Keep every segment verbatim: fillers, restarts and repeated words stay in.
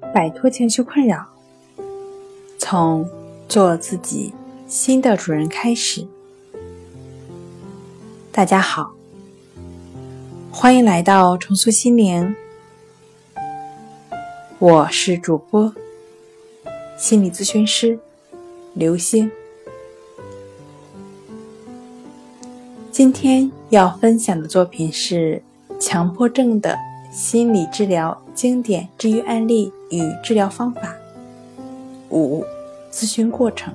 摆脱情绪困扰，从做自己新的主人开始。大家好，欢迎来到重塑心灵，我是主播心理咨询师刘星。今天要分享的作品是强迫症的心理治疗经典治愈案例与治疗方法五，咨询过程。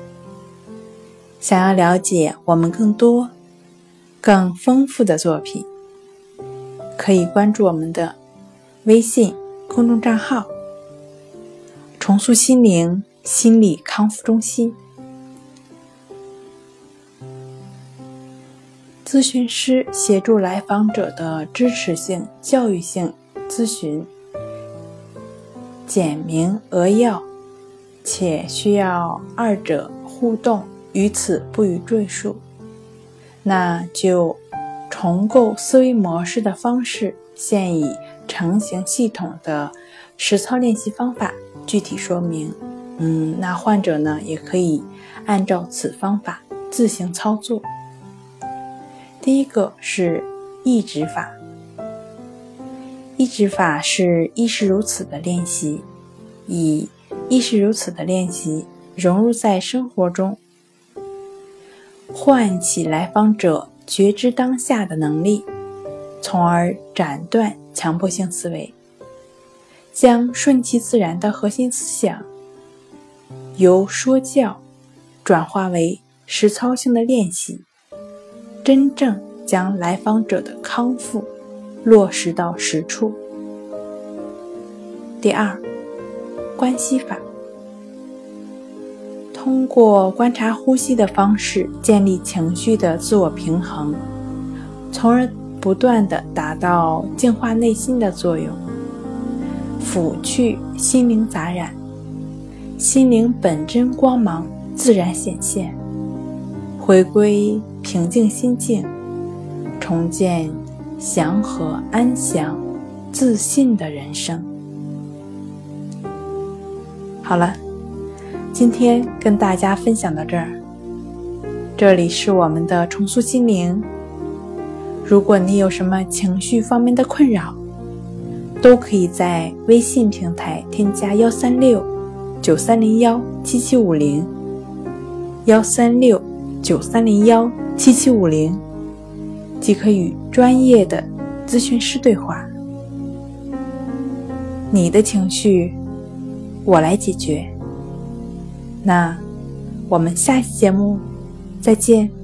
想要了解我们更多更丰富的作品，可以关注我们的微信公众账号重塑心灵心理康复中心。咨询师协助来访者的支持性教育性咨询，简明扼要，且需要二者互动，于此不予赘述。那就重构思维模式的方式，现以成型系统的实操练习方法具体说明。嗯，那患者呢也可以按照此方法自行操作。第一个是意指法。意指法是亦是如此的练习，以亦是如此的练习融入在生活中，唤起来访者觉知当下的能力，从而斩断强迫性思维，将顺其自然的核心思想由说教转化为实操性的练习，真正将来访者的康复落实到实处。第二，关系法。通过观察呼吸的方式建立情绪的自我平衡，从而不断地达到净化内心的作用，抚去心灵杂染，心灵本真光芒自然显现，回归平静心境，重建祥和安详自信的人生。好了，今天跟大家分享到这儿，这里是我们的重塑心灵。如果你有什么情绪方面的困扰，都可以在微信平台添加一三六九三零一七七五零一三六九三零一七七五零，即可与专业的咨询师对话。你的情绪我来解决。那我们下期节目再见。